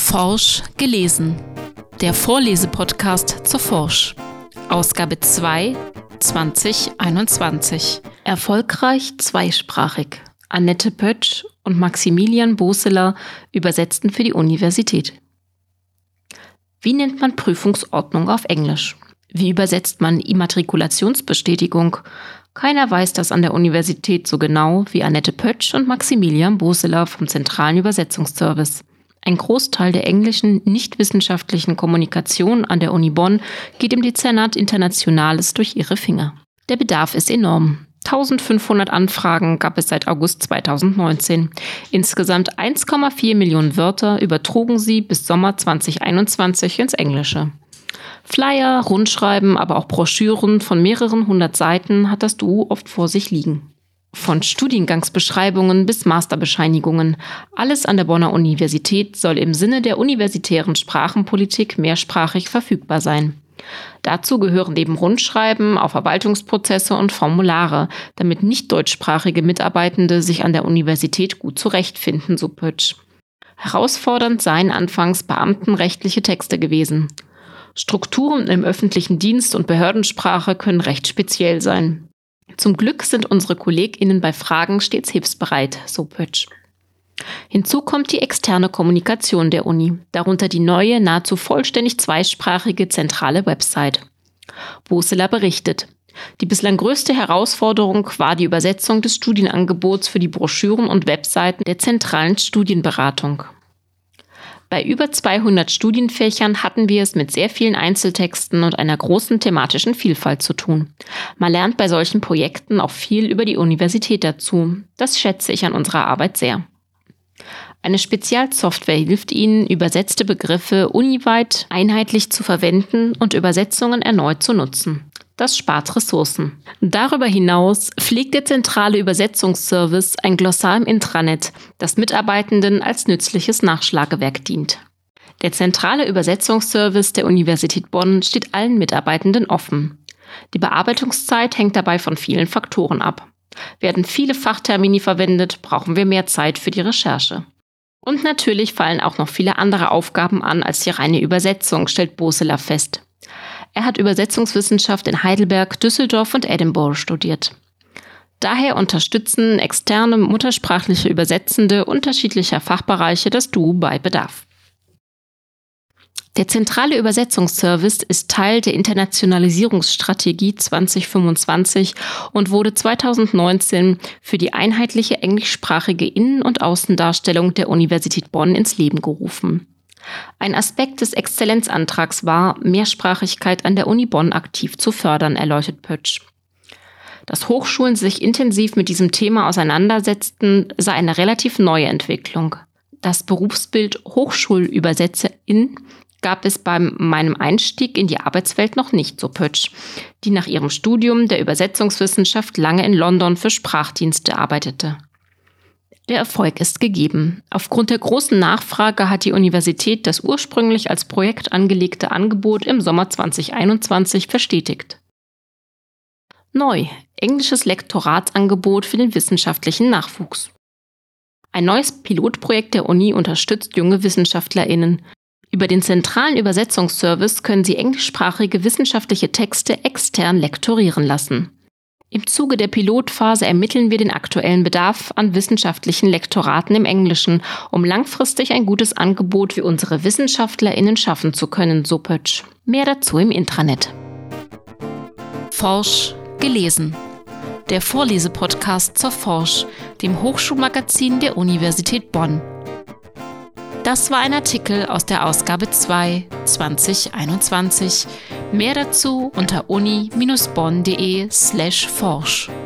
Forsch gelesen. Der Vorlesepodcast zur Forsch. Ausgabe 2, 2021. Erfolgreich zweisprachig. Annette Pötsch und Maximilian Boseler übersetzten für die Universität. Wie nennt man Prüfungsordnung auf Englisch? Wie übersetzt man Immatrikulationsbestätigung? Keiner weiß das an der Universität so genau wie Annette Pötsch und Maximilian Boseler vom Zentralen Übersetzungsservice. Ein Großteil der englischen nicht-wissenschaftlichen Kommunikation an der Uni Bonn geht im Dezernat Internationales durch ihre Finger. Der Bedarf ist enorm. 1500 Anfragen gab es seit August 2019. Insgesamt 1,4 Millionen Wörter übertrugen sie bis Sommer 2021 ins Englische. Flyer, Rundschreiben, aber auch Broschüren von mehreren hundert Seiten hat das Duo oft vor sich liegen. Von Studiengangsbeschreibungen bis Masterbescheinigungen. Alles an der Bonner Universität soll im Sinne der universitären Sprachenpolitik mehrsprachig verfügbar sein. Dazu gehören neben Rundschreiben auch Verwaltungsprozesse und Formulare, damit nicht deutschsprachige Mitarbeitende sich an der Universität gut zurechtfinden, so Pötsch. Herausfordernd seien anfangs beamtenrechtliche Texte gewesen. Strukturen im öffentlichen Dienst und Behördensprache können recht speziell sein. Zum Glück sind unsere KollegInnen bei Fragen stets hilfsbereit, so Pötsch. Hinzu kommt die externe Kommunikation der Uni, darunter die neue, nahezu vollständig zweisprachige zentrale Website. Boseler berichtet: Die bislang größte Herausforderung war die Übersetzung des Studienangebots für die Broschüren und Webseiten der zentralen Studienberatung. Bei über 200 Studienfächern hatten wir es mit sehr vielen Einzeltexten und einer großen thematischen Vielfalt zu tun. Man lernt bei solchen Projekten auch viel über die Universität dazu. Das schätze ich an unserer Arbeit sehr. Eine Spezialsoftware hilft Ihnen, übersetzte Begriffe uniweit einheitlich zu verwenden und Übersetzungen erneut zu nutzen. Das spart Ressourcen. Darüber hinaus pflegt der zentrale Übersetzungsservice ein Glossar im Intranet, das Mitarbeitenden als nützliches Nachschlagewerk dient. Der zentrale Übersetzungsservice der Universität Bonn steht allen Mitarbeitenden offen. Die Bearbeitungszeit hängt dabei von vielen Faktoren ab. Werden viele Fachtermini verwendet, brauchen wir mehr Zeit für die Recherche. Und natürlich fallen auch noch viele andere Aufgaben an als die reine Übersetzung, stellt Boseler fest. Er hat Übersetzungswissenschaft in Heidelberg, Düsseldorf und Edinburgh studiert. Daher unterstützen externe muttersprachliche Übersetzende unterschiedlicher Fachbereiche das Duo bei Bedarf. Der zentrale Übersetzungsservice ist Teil der Internationalisierungsstrategie 2025 und wurde 2019 für die einheitliche englischsprachige Innen- und Außendarstellung der Universität Bonn ins Leben gerufen. Ein Aspekt des Exzellenzantrags war, Mehrsprachigkeit an der Uni Bonn aktiv zu fördern, erläutert Pötsch. Dass Hochschulen sich intensiv mit diesem Thema auseinandersetzten, sei eine relativ neue Entwicklung. Das Berufsbild Hochschulübersetzerin gab es bei meinem Einstieg in die Arbeitswelt noch nicht, so Pötsch, die nach ihrem Studium der Übersetzungswissenschaft lange in London für Sprachdienste arbeitete. Der Erfolg ist gegeben. Aufgrund der großen Nachfrage hat die Universität das ursprünglich als Projekt angelegte Angebot im Sommer 2021 verstetigt. Neu: englisches Lektoratsangebot für den wissenschaftlichen Nachwuchs. Ein neues Pilotprojekt der Uni unterstützt junge WissenschaftlerInnen. Über den zentralen Übersetzungsservice können sie englischsprachige wissenschaftliche Texte extern lektorieren lassen. Im Zuge der Pilotphase ermitteln wir den aktuellen Bedarf an wissenschaftlichen Lektoraten im Englischen, um langfristig ein gutes Angebot für unsere WissenschaftlerInnen schaffen zu können, so Pötsch. Mehr dazu im Intranet. Forsch gelesen. Der Vorlesepodcast zur Forsch, dem Hochschulmagazin der Universität Bonn. Das war ein Artikel aus der Ausgabe 2, 2021. Mehr dazu unter uni-bonn.de/forsch.